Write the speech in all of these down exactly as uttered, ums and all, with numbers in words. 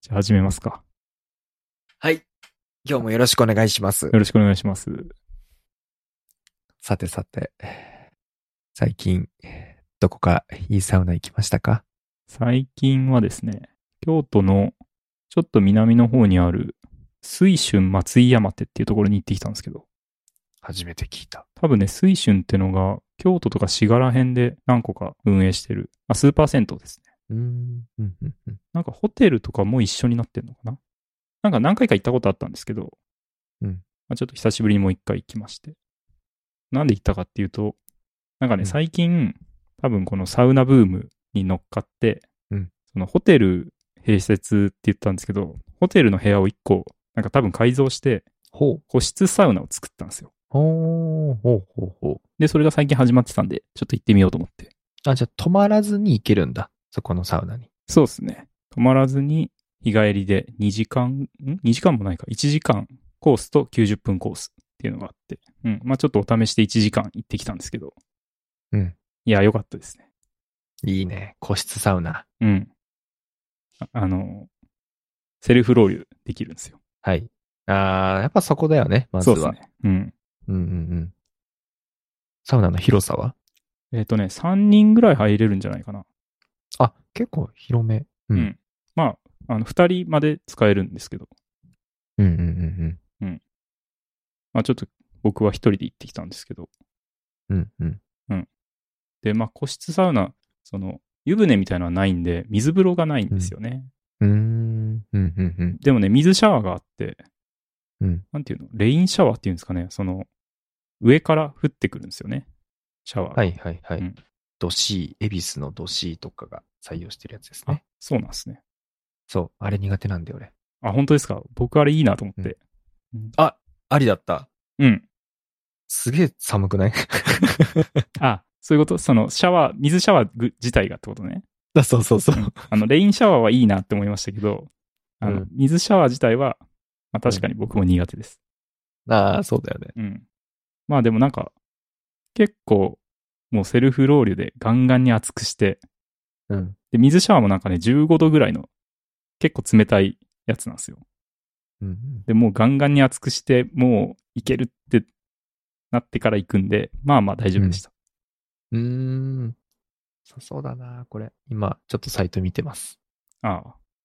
じゃあ始めますか。 はい。今日もよろしくお願いします。 よろしくお願いします。 さてさて、最近、どこかいいサウナ行きましたか？ 最近はですね、京都のちょっと南の方にある水春松井山手っていうところに行ってきたんですけど、 初めて聞いた。 多分ね、水春ってのが京都とか滋賀ら辺で何個か運営してる、あ、スーパー銭湯ですね。 うーん、うんうんうん。 なんかホテルとかも一緒になってんのかな。なんか何回か行ったことあったんですけど、 うんまあ、ちょっと久しぶりにもう一回行きまして。なんで行ったかっていうと、なんかね、 うん最近、多分このサウナブームに乗っかって、 うんそのホテル併設って言ったんですけど、ホテルの部屋を一個、なんか多分改造して、 ほう。 個室サウナを作ったんですよ。 ほう、ほうほうほで、それが最近始まってたんで、ちょっと行ってみようと思って。 う。あ、じゃあ泊まらずに行けるんだ。そこのサウナに。 そうですね。泊まらずに日帰りでにじかん、ん ?に 時間もないか。いちじかんコースときゅうじゅっぷんコースっていうのがあって。うん。まあちょっとお試しでいちじかん行ってきたんですけど。 うん。 いや、良かったですね。 いいね。個室サウナ。 うん。あ、あの、セルフロウリュできるんですよ。 はい。あー、やっぱそこだよね、まずは。 そうですね。うん。 うんうんうん。サウナの広さは？ えっ、とね、さんにんぐらい入れるんじゃないかな。 あ、結構広め。う。 うんん。まあ、あの、ふたりまで使えるんですけど。 うんうんうんうん。まあ、ちょっと僕は一人で行ってきたんですけど。 うん。うんうん。 うん。で、まあ、個室サウナ、その、湯船みたいなのはないんで、水風呂がないんですよね。 うーん。うんうんうん。 でもね、水シャワーがあって、 うん。 なんていうの、レインシャワーっていうんですかね。その、上から降ってくるんですよね。シャワーが。 はいはいはい。 うん。 ドシー、恵比寿のドシーとかが採用してるやつですあ、 ね。 そうなんですね。 そう、あれ苦手なんだよ俺。 あ、本当ですか。僕あれいいなと思って。うんあ、ありだった。 うん。 すげえ寒くない？ あ、そういうこと。そのシャワー、水シャワーぐ自体がってことね。 あそうそうそう。 うんあの、レインシャワーはいいなって思いましたけど、あの、 うん水シャワー自体は、まあ確かに僕も苦手です。 ああ、そうだよね。 うん。まあでもなんか、結構、もうセルフロウリュでガンガンに熱くして、 うん。 で、水シャワーもなんかね、じゅうごどぐらいの、結構冷たいやつなんですよ。 うん。 で、もうガンガンに熱くして、もういけるってなってから行くんで、まあまあ大丈夫でした。 うーん。そうそうだな、これ。今、ちょっとサイト見てます。 あ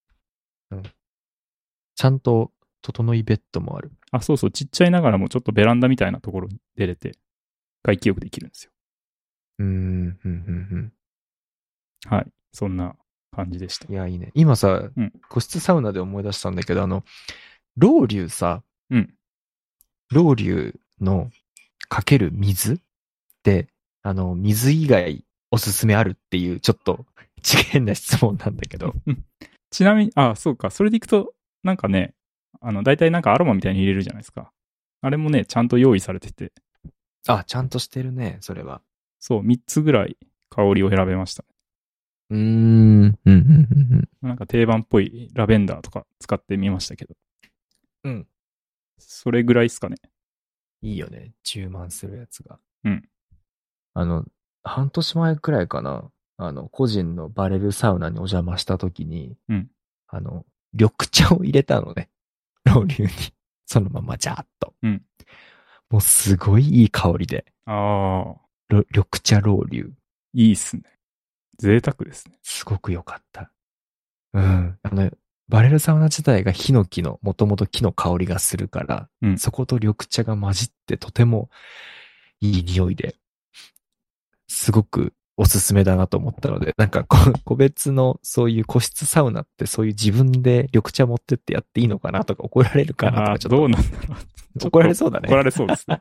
ちゃんと、整いベッドもある。 あ。あ、そうそう、ちっちゃいながらもちょっとベランダみたいなところに出れて、外気浴できるんですよ。 うーん、うん、うん、うん。 はい。そんな感じでした。 いや、いいね。今さ、 うん個室サウナで思い出したんだけど、あの、ロウリュさ、 うん。 ロウリュのかける水って、あの、水以外おすすめあるっていう、ちょっと、次元な質問なんだけど。 ちなみに、あ、そうか。それでいくと、なんかね、あの、大体なんかアロマみたいに入れるじゃないですか。あれもね、ちゃんと用意されてて、 あ、ちゃんとしてるね、それは。 そう、みっつぐらい香りを選べました。 うーん、うん、うん、うんなんか定番っぽいラベンダーとか使ってみましたけど。 うん。うん。 それぐらいですかね。 いいよね、充満するやつが。 うん。 あの、半年前くらいかな、あの、個人のバレルサウナにお邪魔した時に、 うん。 あの、緑茶を入れたのね。ロウリュに。そのままジャーっと。 うん。 もうすごいいい香りで。 ああ、 ろ緑茶ロウリュ。 いいっすね。贅沢ですね。 すごく良かった。うん。あの、バレルサウナ自体がヒノキの、もともと木の香りがするから、 うんそこと緑茶が混じってとてもいい匂いで、すごくおすすめだなと思ったので、なんかこ個別のそういう個室サウナってそういう自分で緑茶持ってってやっていいのかなとか怒られるかなとああ、 かちょっと。 どうなんだろう。ちょっと怒られそうだね。 怒られそうですね。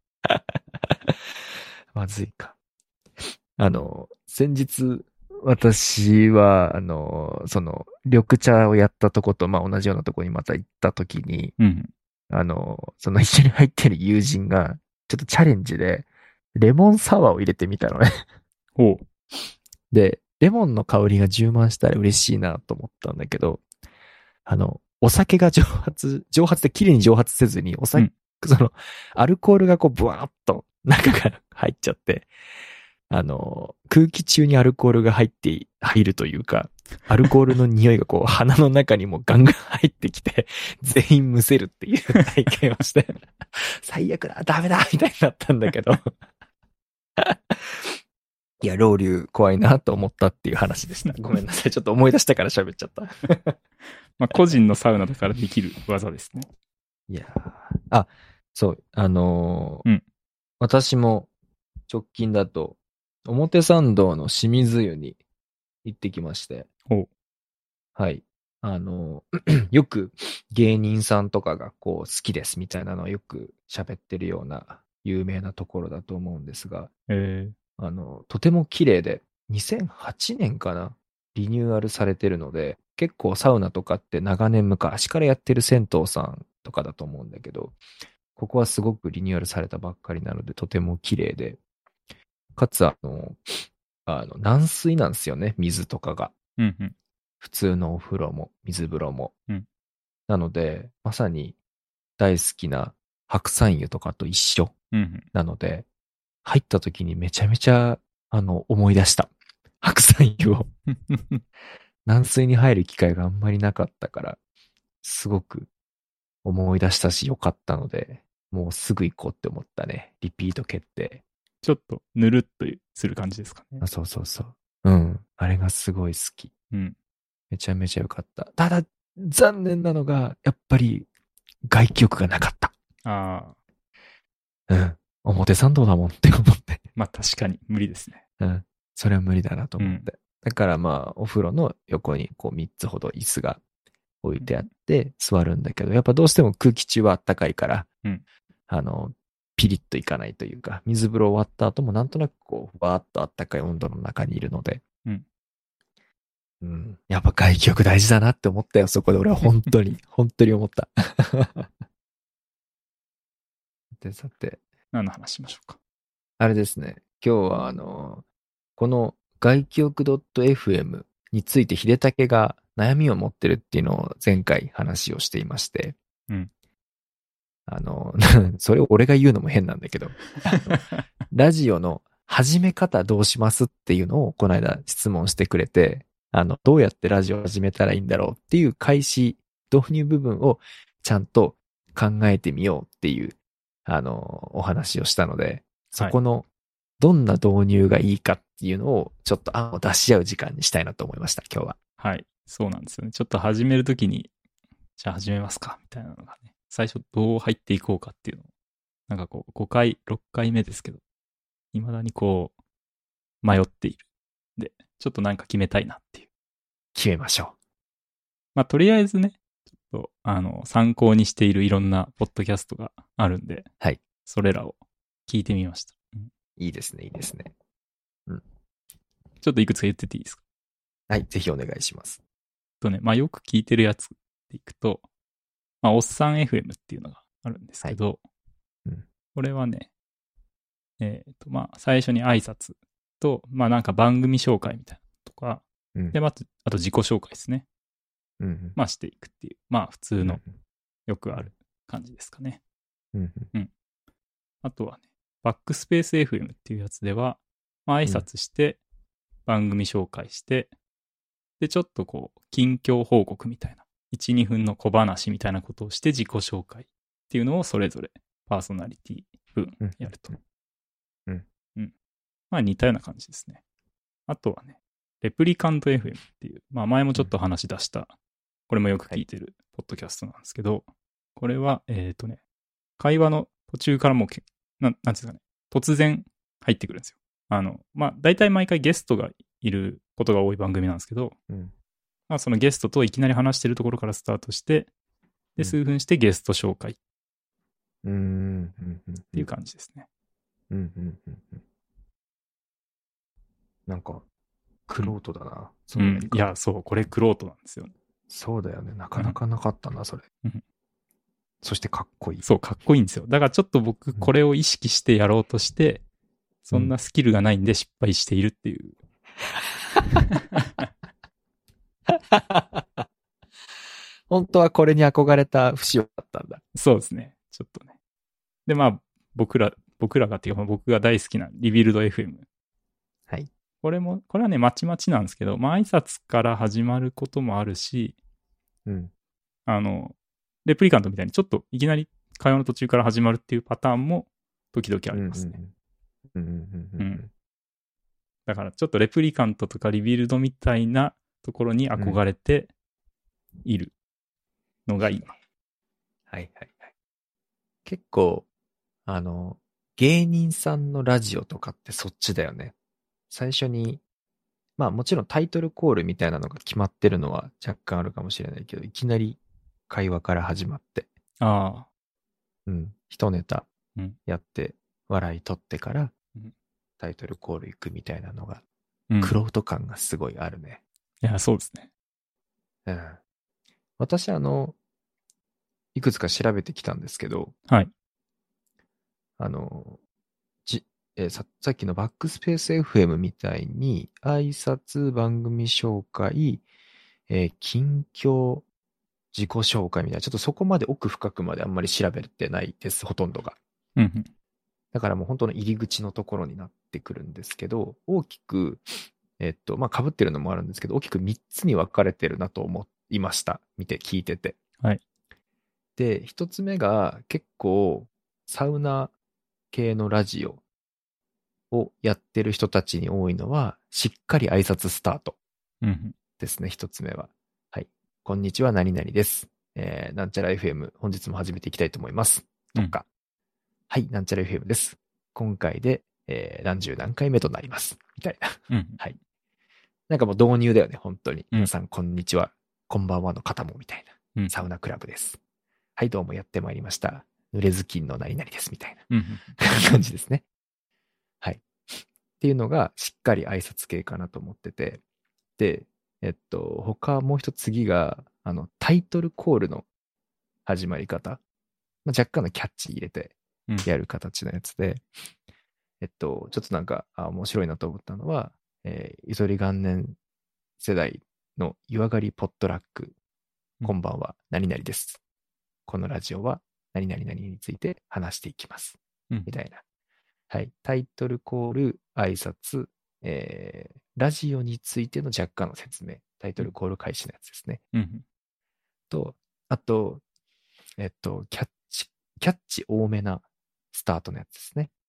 まずいか。あの、先日、私は、あの、その、緑茶をやったとこと、まあ、同じようなとこにまた行った時に、 うん。 あの、その一緒に入ってる友人が、ちょっとチャレンジで、レモンサワーを入れてみたのね。 ほう。 で、レモンの香りが充満したら嬉しいなと思ったんだけど、あの、お酒が蒸発、蒸発で綺麗に蒸発せずに、お酒、 うんその、アルコールがこう、ブワーっと中から入っちゃって、あの、空気中にアルコールが入って、入るというか、 アルコールの匂いがこう鼻の中にもガンガン入ってきて、全員むせるっていう体験をして、最悪だ、ダメだみたいになったんだけど。いや、ロウリュ怖いなと思ったっていう話でした。ごめんなさい。ちょっと思い出したから喋っちゃった。 まあ、個人のサウナだからできる技ですね。 いやーあ、そう、あのーうん私も直近だと、表参道の清水湯に行ってきまして。 おうはい。あのーよく芸人さんとかがこう好きですみたいなのをよく喋ってるような有名なところだと思うんですが、 えあの、とても綺麗で、にせんはちねんかなリニューアルされてるので、結構サウナとかって長年昔からやってる銭湯さんとかだと思うんだけど、ここはすごくリニューアルされたばっかりなので、とても綺麗で、かつあの、あの、軟水なんですよね、水とかが。 ー、うんうん。 普通のお風呂も、水風呂も。 うんなので、まさに大好きな白山湯とかと一緒うんうん。 なので、入った時にめちゃめちゃ、あの、思い出した。白山湯を。軟水に入る機会があんまりなかったから、すごく思い出したし良かったので、もうすぐ行こうって思ったね。リピート決定。 ちょっとぬるっとする感じですかね。 あ、そうそうそう。うん。あれがすごい好き。 うん。 めちゃめちゃ良かった。ただ、残念なのが、やっぱり外気浴がなかった。 ああ、 うん。表参道だもんって思って。 まあ確かに無理ですね。 うん。それは無理だなと思って。だからまあ、お風呂の横にこうみっつほど椅子が置いてあって座るんだけど、やっぱどうしても空気中は暖かいから、 うんあの、ピリッといかないというか、水風呂終わった後もなんとなくこう、バーッと暖かい温度の中にいるので、 うん。 うん。やっぱ外気浴大事だなって思ったよ、そこで俺は本当に、本当に思った。で、さて、 何の話しましょうか。 あれですね。今日はあの、この外気浴 .エフエム について秀武が悩みを持ってるっていうのを前回話をしていまして。 うん。 あの、それを俺が言うのも変なんだけど、ラジオの始め方どうしますっていうのをこの間質問してくれて、あの、どうやってラジオを始めたらいいんだろうっていう開始、導入部分をちゃんと考えてみようっていう、あの、お話をしたので、そこのどんな導入がいいかっていうのをちょっと案を出し合う時間にしたいなと思いました、今日は。 はい。そうなんですよね。ちょっと始めるときに、じゃあ始めますか、みたいなのがね。最初どう入っていこうかっていうのを。なんかこう、ごかい、ろっかいめですけど、未だにこう、迷っている。で、ちょっとなんか決めたいなっていう。 決めましょまあ、とりあえずね、ちょっと、あの、参考にしているいろんなポッドキャストがあるんで、 はい。 それらを聞いてみました。うん、 う。いいですね、いいですね。 ちょっといくつか言ってていいですか。 はい、ぜひお願いします。 とね、まあ、よく聞いてるやつでいくと、まあ、おっさん エフエム っていうのがあるんですけど、 はいうん、 これはね、えっ、と、まあ、最初に挨拶と、まあ、なんか番組紹介みたいなのとか、 うん、 で、まず、あと自己紹介ですね。 うんうんまあ、していくっていう、まあ、普通のうんよくある感じですかね。 うんうんあとはね、バックスペース エフエム っていうやつでは、まあ、挨拶して、番組紹介して、で、ちょっとこう、近況報告みたいな、いち、にふんの小話みたいなことをして自己紹介っていうのをそれぞれパーソナリティ分やると。 うん。 うん。まあ似たような感じですね。あとはね、レプリカント エフエム っていう、まあ前もちょっと話し出した、これもよく聞いてるポッドキャストなんですけど、これは、えっとね、会話の途中からもうけ、なん、なんていうんですかね、突然入ってくるんですよ。あの、まあ大体毎回ゲストがいることが多い番組なんですけど、 うんまあそのゲストといきなり話してるところからスタートして、で、数分してゲスト紹介っうんうんうんていう感じですね。 うんうんうんうんなんか、クロートだな。そのやり方うん。いや、そう、これクロートなんですよね。 そうだよね。なかなかなかったな、それ。 うんそしてかっこいい。 そう、かっこいいんですよ。だからちょっと僕、これを意識してやろうとして、そんなスキルがないんで失敗しているっていう。 本当はこれに憧れた節だったんだ。 そうですね。ちょっとね。で、まあ、僕ら、僕らがっていうか、僕が大好きなリビルド エフエム。 はい。 これも、これはね、まちまちなんですけど、まあ、挨拶から始まることもあるし、 うん。 あの、レプリカントみたいにちょっといきなり会話の途中から始まるっていうパターンも時々ありますね。 うんうんうんうんうんうん。 だからちょっとレプリカントとかリビルドみたいなところに憧れているのが今。 はいはいはい。結構、あの、芸人さんのラジオとかってそっちだよね。最初に、まあもちろんタイトルコールみたいなのが決まってるのは若干あるかもしれないけど、いきなり会話から始まって、 ああ。 うん、一ネタうん。 やって笑い取ってからうんタイトルコール行くみたいなのが、 うん。 クロート感がすごいあるね。 いや、そうですね。 うん。私あの、いくつか調べてきたんですけど、 はい。 あの、じ、えーさ、さっきのバックスペース エフエム みたいに、挨拶、番組紹介、えー近況、自己紹介みたいな、ちょっとそこまで奥深くまであんまり調べてないです、ほとんどが。 うんうん。 だからもう本当の入り口のところになってくるんですけど、大きく、えっと、まあ、被ってるのもあるんですけど、大きくみっつに分かれてるなと思いました。見て、聞いてて。 はい。 で、ひとつめが結構、サウナ系のラジオをやってる人たちに多いのは、しっかり挨拶スタートうんうん。 ですね、一つ目は。はい。こんにちは、何々です。えー、なんちゃら エフエム、本日も始めていきたいと思います。とか、はい、なんちゃら エフエム です。今回で、えー、何十何回目となります。みたいな。 うんうん。 はい。なんかもう導入だよね、本当に。 うん皆さん、こんにちは。こんばんはの方も、みたいな。 うん。 サウナクラブです。はい、どうもやってまいりました。濡れずきんの何々です、みたいなうんうん。 感じですね。はい。っていうのが、しっかり挨拶系かなと思ってて。で、えっと、他もう一つ次が、あの、タイトルコールの始まり方。まあ、若干のキャッチ入れてうんやる形のやつで、えっと、ちょっとなんか、あ、面白いなと思ったのは、えー、ゆとり元年世代の湯上がりポットラック、こんばんは、何々です。このラジオは、何々々について話していきます。 うんみたいな。はい。タイトルコール、挨拶、えー、ラジオについての若干の説明。タイトルコール開始のやつですね。 うんうん。 と、あと、えっと、キャッチ、キャッチ多めなスタートのやつですね。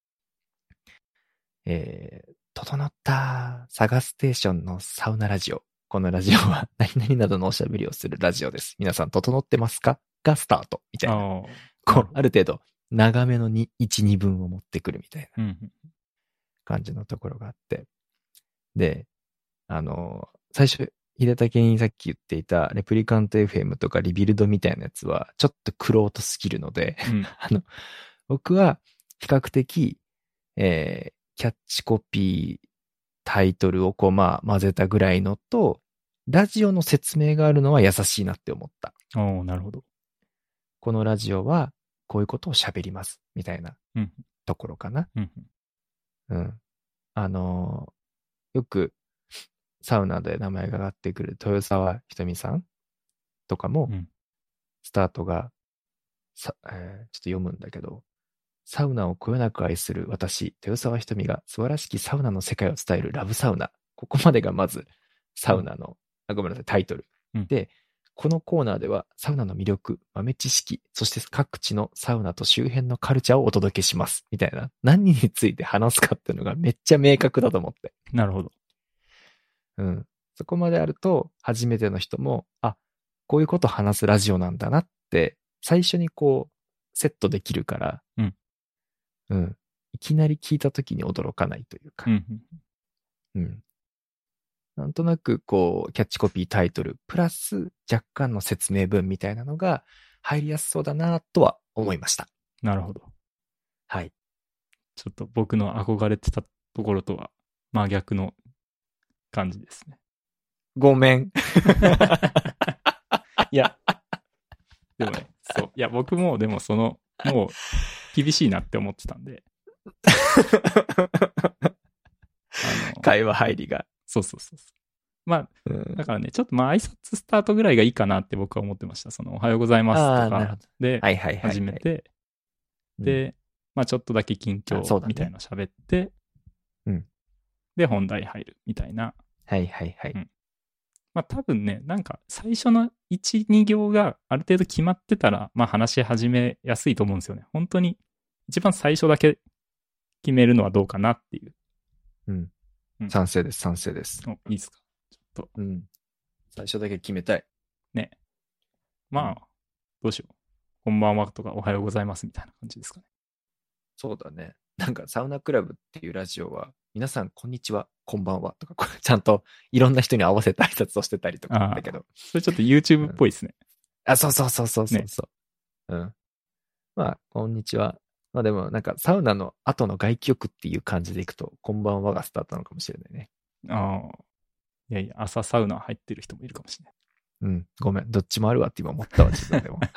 えー、整ったサガステーションのサウナラジオ。このラジオは何々などのおしゃべりをするラジオです。皆さん整ってますかがスタート。みたいな。 ああ。 こう、ある程度、長めのにいち、にぶんを持ってくるみたいなうんうん。 感じのところがあって。で、あの、最初、秀武にさっき言っていたレプリカント エフエム とかリビルドみたいなやつは、ちょっとクロートすぎるので、 うんあの、僕は比較的、えー、キャッチコピー、タイトルをこう、まあ、混ぜたぐらいのと、ラジオの説明があるのは優しいなって思った。 おー、なるほど。 このラジオは、こういうことを喋ります、みたいなうんところかな。 うんうん。あのーよく、サウナで名前が上がってくる豊沢ひとみさんとかもう、ん。 スタートが、さえーちょっと読むんだけど、サウナをこよなく愛する私、豊沢ひとみが素晴らしきサウナの世界を伝えるラブサウナ。ここまでがまずサウナの、あ、ごめんなさい、タイトル。 うんで、このコーナーではサウナの魅力、豆知識、そして各地のサウナと周辺のカルチャーをお届けします。みたいな。何について話すかっていうのがめっちゃ明確だと思って。 なるほど。 うん。そこまであると、初めての人も、あ、こういうこと話すラジオなんだなって、最初にこう、セットできるから、 うん。 うん。いきなり聞いたときに驚かないというか、 うんうん。 うん。なんとなく、こう、キャッチコピータイトル、プラス若干の説明文みたいなのが入りやすそうだなとは思いました。 なるほど。 はい。 ちょっと僕の憧れてたところとは真逆の感じですね。 ごめん。 いや、でもね、そう。いや、僕もでもその、もう厳しいなって思ってたんで。あの会話入りが。 そうそうそうそう。まあ、 うん、 だからね、ちょっとまあ挨拶スタートぐらいがいいかなって僕は思ってました。その、おはようございますとかあーなるほどではいはいはい、はい。 始めて、 うん、 で、まあちょっとだけ近況あそうだねみたいなの喋って、 うんで本題入るみたいな。 はいはいはい。 うんまあ多分ね、なんか最初のいち、に行がある程度決まってたら、まあ話し始めやすいと思うんですよね。本当に一番最初だけ決めるのはどうかなっていう。 うん。 うん賛成です、賛成です。 お、いいですか。ちょっと。 うん。最初だけ決めたい。 ね。まあ、 うんどうしよう。こんばんはとかおはようございますみたいな感じですかね。 そうだね。なんかサウナクラブっていうラジオは、皆さんこんにちは、こんばんはとか、これちゃんといろんな人に合わせた挨拶をしてたりとかなんだけど。 それちょっと YouTube っぽいですね。 あ、そうそうそうそうそうそう、ね。うん。まあ、こんにちは。まあでもなんかサウナの後の外気浴っていう感じでいくと、こんばんはがスタートなのかもしれないね。 ああ。いやいや、朝サウナ入ってる人もいるかもしれない。 うん。ごめん。どっちもあるわって今思ったわ、自分でも。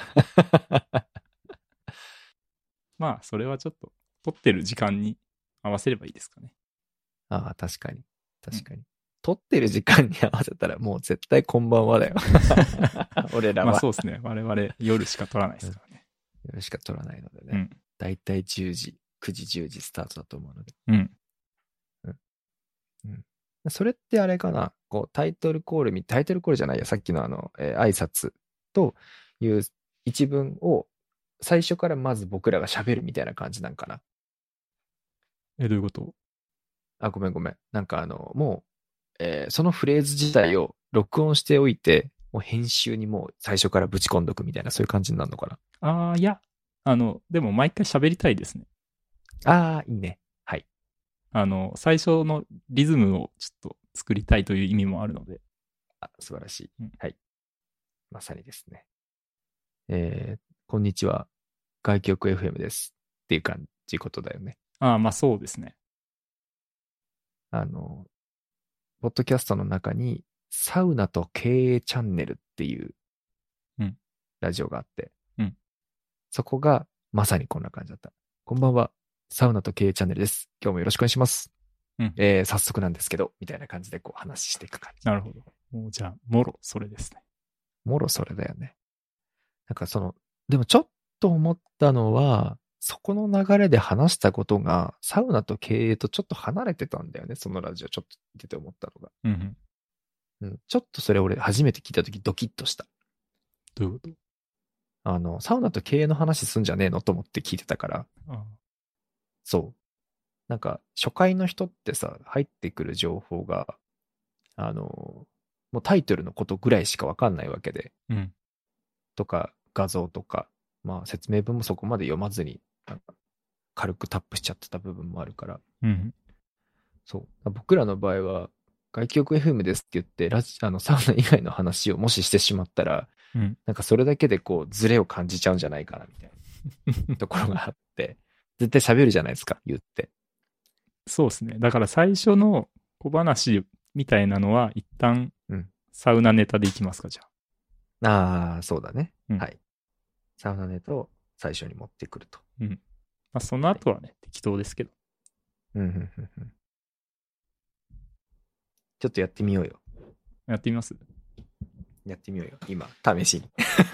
まあ、それはちょっと、撮ってる時間に合わせればいいですかね。 ああ、確かに。確かに。うん、撮ってる時間に合わせたらもう絶対こんばんはだよ。俺らは。 まあそうですね。我々夜しか撮らないですからね。 夜しか撮らないのでね。 うん。 だいたいじゅうじ、くじ、じゅうじスタートだと思うので。 うん。 うん。うん。それってあれかな、こうタイトルコールみ、タイトルコールじゃないや、さっきのあの、えー、挨拶という一文を最初からまず僕らが喋るみたいな感じなんかな。 え、どういうこと？ あ、ごめんごめん。なんかあの、もう、えーそのフレーズ自体を録音しておいて、もう編集にもう最初からぶち込んどくみたいな、そういう感じになるのかな。 ああ、いや、あの、でも毎回喋りたいですね。 ああ、いいね。はい。 あの、最初のリズムをちょっと作りたいという意味もあるので。 あ、素晴らしい。 うん、 はい。まさにですね。えー、こんにちは。外局 エフエム です。っていう感じことだよね。 ああ、まあそうですね。 あの、ポッドキャストの中に、サウナと経営チャンネルっていうラジオがあって、 うん、 そこがまさにこんな感じだった。こんばんは、サウナと経営チャンネルです。今日もよろしくお願いします。 うんえー、早速なんですけど、みたいな感じでこう話していく感じ。 なるほど。もうじゃあ、もろそれですね。 もろそれだよね。なんかその、でもちょっと思ったのは、そこの流れで話したことが、サウナと経営とちょっと離れてたんだよね、そのラジオ。ちょっと聞いてて思ったのが。 うんうん。ちょっとそれ俺初めて聞いたときドキッとした。 どういうこと？ あの、サウナと経営の話すんじゃねえのと思って聞いてたから。 あそう。なんか、初回の人ってさ、入ってくる情報が、あの、もうタイトルのことぐらいしかわかんないわけで。 うん。 とか、画像とか、まあ説明文もそこまで読まずに、なんか軽くタップしちゃってた部分もあるから。 うん。 そう。僕らの場合は、外気浴 エフエム ですって言って、ラジ、あの、サウナ以外の話をもししてしまったら、 うん、 なんかそれだけでこう、ズレを感じちゃうんじゃないかな、みたいなところがあって、絶対喋るじゃないですか、言って。 そうですね。だから最初の小話みたいなのは、一旦、サウナネタでいきますか、じゃあ。ああ、そうだね、 うん。 はい。サウナネタを最初に持ってくると。 うん。まあ、その後はね、はい、適当ですけど。 うん、うん、うん、うん。ちょっとやってみようよ。 やってみます？ やってみようよ。今、試しに。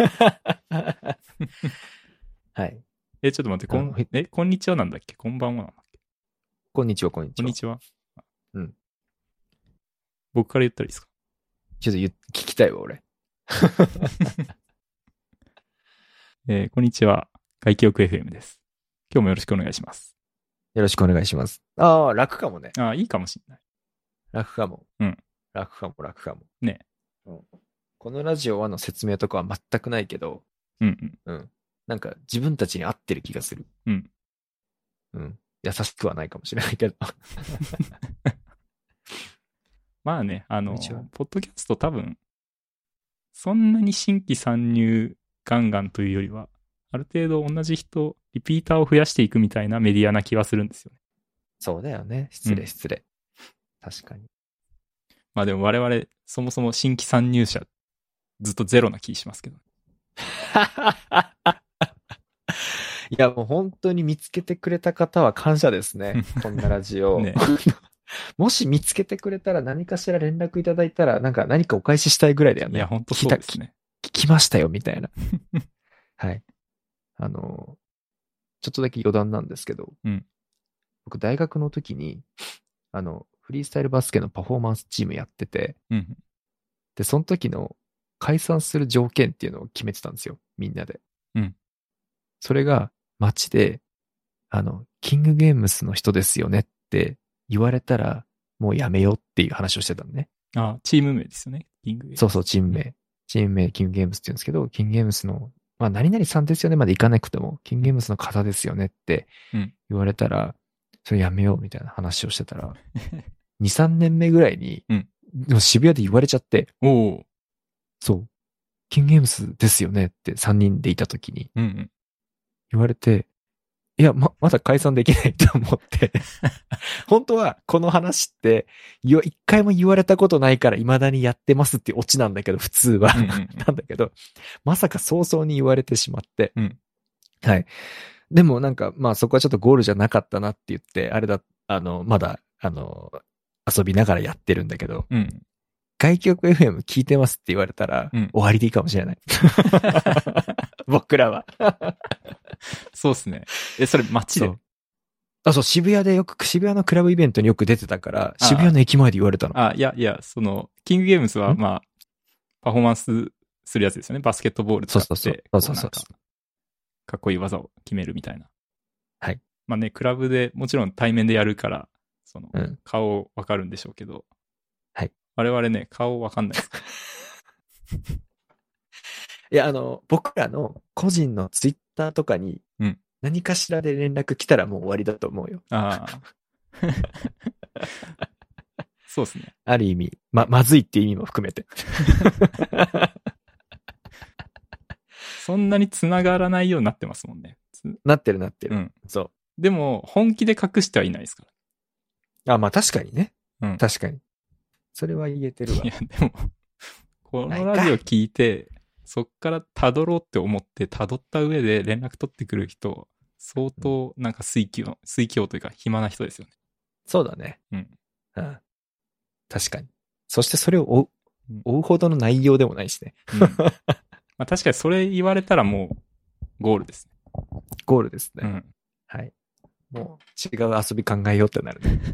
はい。 え、ちょっと待って、こん、え、こんにちはなんだっけ？こんばんはなんだっけ？ こんにちは、こんにちは。 こんにちは。 うん。 僕から言ったらいいですか？ ちょっと言聞きたいわ、俺。 えー、こんにちは。外気浴 エフエム です。今日もよろしくお願いします。 よろしくお願いします。ああ、楽かもね。 ああ、いいかもしれない。 楽かも。 うん。 楽かも、楽かも。 ね。 うん。このラジオはの説明とかは全くないけど、 うんうん。うん。なんか自分たちに合ってる気がする。 うん。 うん。優しくはないかもしれないけど。 まあね、あの、ポッドキャスト多分、そんなに新規参入ガンガンというよりは、ある程度同じ人、リピーターを増やしていくみたいなメディアな気はするんですよね。 そうだよね。失礼、失礼。うん、確かに。 まあでも我々、そもそも新規参入者、ずっとゼロな気しますけど。 いや、もう本当に見つけてくれた方は感謝ですね。こんなラジオ。ね、もし見つけてくれたら何かしら連絡いただいたら、なんか何かお返ししたいぐらいだよね。 いや、本当そうですね。 聞きましたよ、みたいな。はい。あの、ちょっとだけ余談なんですけど、 うん、 僕大学の時に、あの、 フリースタイルバスケのパフォーマンスチームやってて、 うん。 で、その時の解散する条件っていうのを決めてたんですよ、みんなで。 うん。 それが街で、あの、キングゲームスの人ですよねって言われたら、もうやめようっていう話をしてたのね。 あ、チーム名ですよね。キングゲームズ。 そうそう、チーム名。チーム名、キングゲームスって言うんですけど、キングゲームスの、まあ、何々さんですよねまでいかなくても、キングゲームスの方ですよねってうん。 言われたら、それやめようみたいな話をしてたら、に、さんねんめぐらいに、 うんでも渋谷で言われちゃって、 おお。 そう、キングゲームスですよねってさんにんでいた時にうんうん。 言われて、いや、ま、まだ解散できないと思って、本当はこの話って、い一回も言われたことないから未だにやってますっていうオチなんだけど、普通は。 うんうんうんなんだけど、まさか早々に言われてしまって、 うん。 はい。でもなんか、まあそこはちょっとゴールじゃなかったなって言って、あれだ、あの、まだ、あの、遊びながらやってるんだけど、 うん。 外局 エフエム 聞いてますって言われたら、 うん終わりでいいかもしれない。僕らは。 そうっすね。え、それ街でそう。あ、そう、渋谷でよく、渋谷のクラブイベントによく出てたから、 あ渋谷の駅前で言われたの。 あ、いやいや、その、キングゲームズは、 んまあ、パフォーマンスするやつですよね。バスケットボール使って、 そうそうそうそうそうこなんかかっこいい技を決めるみたいな。 はい。 まあね、クラブでもちろん対面でやるから、その、 うん。 顔わかるんでしょうけど、 はい。 我々ね、顔わかんないですかいや、あの、僕らの個人のツイッターとかにうん、 何かしらで連絡来たらもう終わりだと思うよ。 ああ。そうですね。 ある意味、ま、まずいっていう意味も含めて。 そんなに繋がらないようになってますもんね。つなってるなってる。 うん。 そでも、本気で隠してはいないですかう。あ、まあ確かにね。 ら。うん。 確かに。それは言えてるわい。や、でも、このラジオ聞いて、そっから辿ろうって思って辿った上で連絡取ってくる人、相当なんか水気を、水気をというか暇な人ですよね。 そうだね。 うん。 うん。確かに。そしてそれを追ううん追うほどの内容でもないしね。 うん、まあ確かにそれ言われたらもうゴールですね。 ゴールですね。 うん。 はい。もう違う遊び考えようってなるね。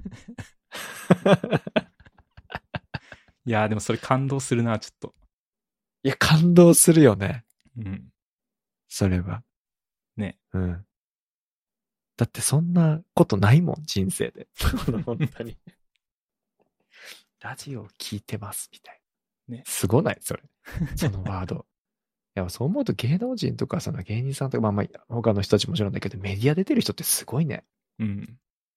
いやーでもそれ感動するな、ちょっと。 いや、感動するよね。 うん。 それは。 ね。 うん。だってそんなことないもん、人生で。本当に。ラジオ聞いてます、みたいな。 ね。 すごないそれ。そのワード。いや、そう思うと芸能人とか、その芸人さんとか、まあまあ、他の人たちもちろんだけど、メディア出てる人ってすごいね。 うん。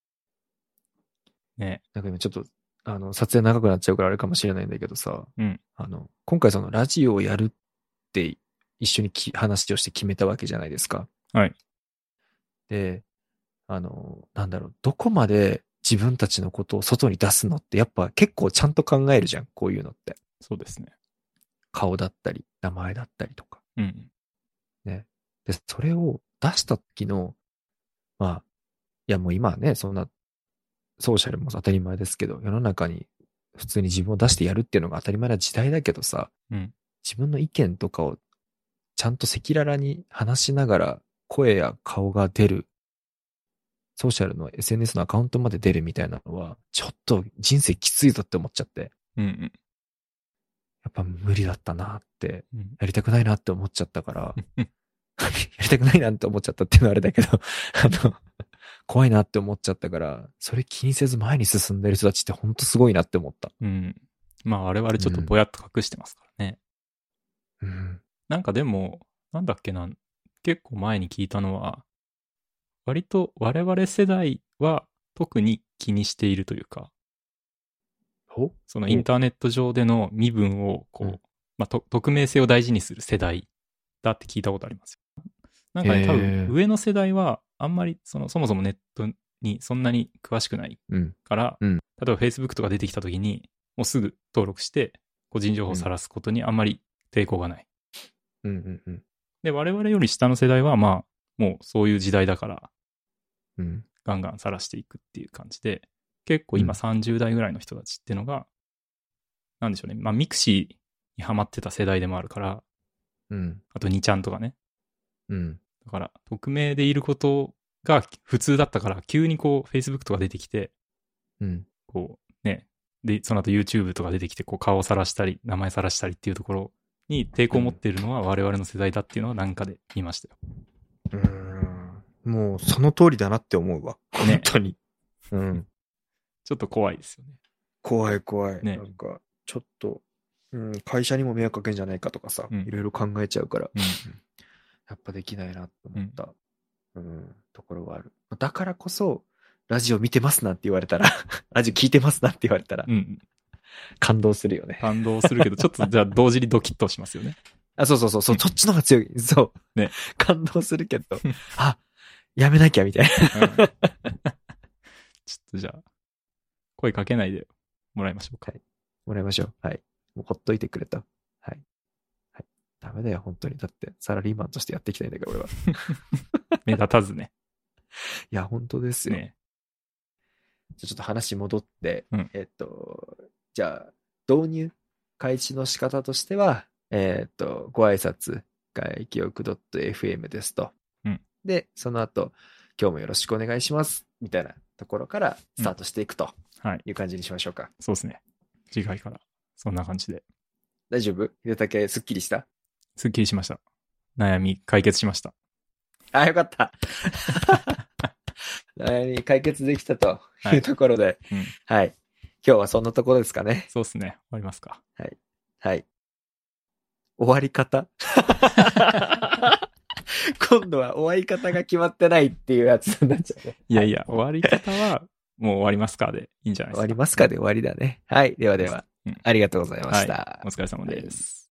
ね。 なんか今ちょっと、あの、撮影長くなっちゃうからあれかもしれないんだけどさ、 うん。 あの、今回そのラジオをやるって一緒にき話をして決めたわけじゃないですか。 はい。 で、あの、なんだろう、どこまで自分たちのことを外に出すのってやっぱ結構ちゃんと考えるじゃん、こういうのって。 そうですね。 顔だったり、名前だったりとか。 うん。 ね。で、それを出した時の、まあ、いやもう今はね、そんな、ソーシャルも当たり前ですけど、世の中に普通に自分を出してやるっていうのが当たり前な時代だけどさ、 うん。 自分の意見とかをちゃんと赤裸々に話しながら声や顔が出る、ソーシャルの エスエヌエス のアカウントまで出るみたいなのは、ちょっと人生きついぞって思っちゃって、 うんうん。 やっぱ無理だったなって、 うん。 やりたくないなって思っちゃったから、 うんやりたくないなって思っちゃったっていうのはあれだけど、あの、怖いなって思っちゃったから、それ気にせず前に進んでる人たちってほんとすごいなって思った。 うん。まあ我々ちょっとぼやっと隠してますからね。 うん。 なんかでも、なんだっけな、結構前に聞いたのは、割と我々世代は特に気にしているというか、 ほそのインターネット上での身分をこう、 うんまあ、と匿名性を大事にする世代だって聞いたことありますよ。なんかね、 へー多分上の世代はあんまりそのそもそもネットにそんなに詳しくないうん。 から、 うん例えば Facebook とか出てきた時にもうすぐ登録して個人情報を晒すことにあんまり抵抗がない。 うんうんうん。 で、我々より下の世代はまあもうそういう時代だからうん。 ガンガン晒していくっていう感じで、結構今うんさんじゅう代ぐらいの人たちっていうのが、なんでしょうね、まあミクシーにハマってた世代でもあるから、 うん。 あとにちゃんとかね。 うん。 だから、匿名でいることが普通だったから、急にこう、Facebook とか出てきて、 うん。 こう、 ね、で、その後 YouTube とか出てきて、こう顔を晒したり、名前晒したりっていうところに抵抗を持っているのは我々の世代だっていうのはなんかで見ましたよ。 うーん。もうその通りだなって思うわ。 ね本当に。うん。 ちょっと怖いですよね。 怖い怖い。 ねなんか、ちょっと、うん、会社にも迷惑かけんじゃないかとかさ、 うんいろいろ考えちゃうから、 うん。 やっぱできないなと思った、うんところはある。だからこそ、ラジオ見てますなんて言われたら、ラジオ聞いてますなんて言われたらう、ん。 感動するよね。 感動するけど、ちょっとじゃあ同時にドキッとしますよね。 あ、そうそうそう、そうそっちの方が強い。そう。 ね。 感動するけど、あ、やめなきゃみたいな。 うん、ちょっとじゃあ、声かけないでもらいましょうか。 もらいましょう。はい。もうほっといてくれと。はい。はい。ダメだよ、本当に。だって、サラリーマンとしてやっていきたいんだから、俺は。 目立たずね。 いや、本当ですよ。 ね。 じゃあちょっと話戻って、 うんえっと、じゃあ、導入、開始の仕方としては、えっと、ご挨拶、外記憶 .fm ですと。 うんで、その後、今日もよろしくお願いします。みたいなところからスタートしていくとはい。 いう感じにしましょうか。 そうですね。次回から、そんな感じで。 大丈夫？秀武、すっきりした？ すっきりしました。悩み解決しました。 あ、よかった。悩み解決できたとはいいうところで、 うん。 はい。今日はそんなところですかね。 そうですね。終わりますか。 はい。終わり方今度は終わり方が決まってないっていうやつになっちゃうね。 いやいや、終わり方は、もう終わりますかでいいんじゃないですか。 終わりますかで終わりだね。はい。ではでは、 うんありがとうございました。 はい。お疲れ様です。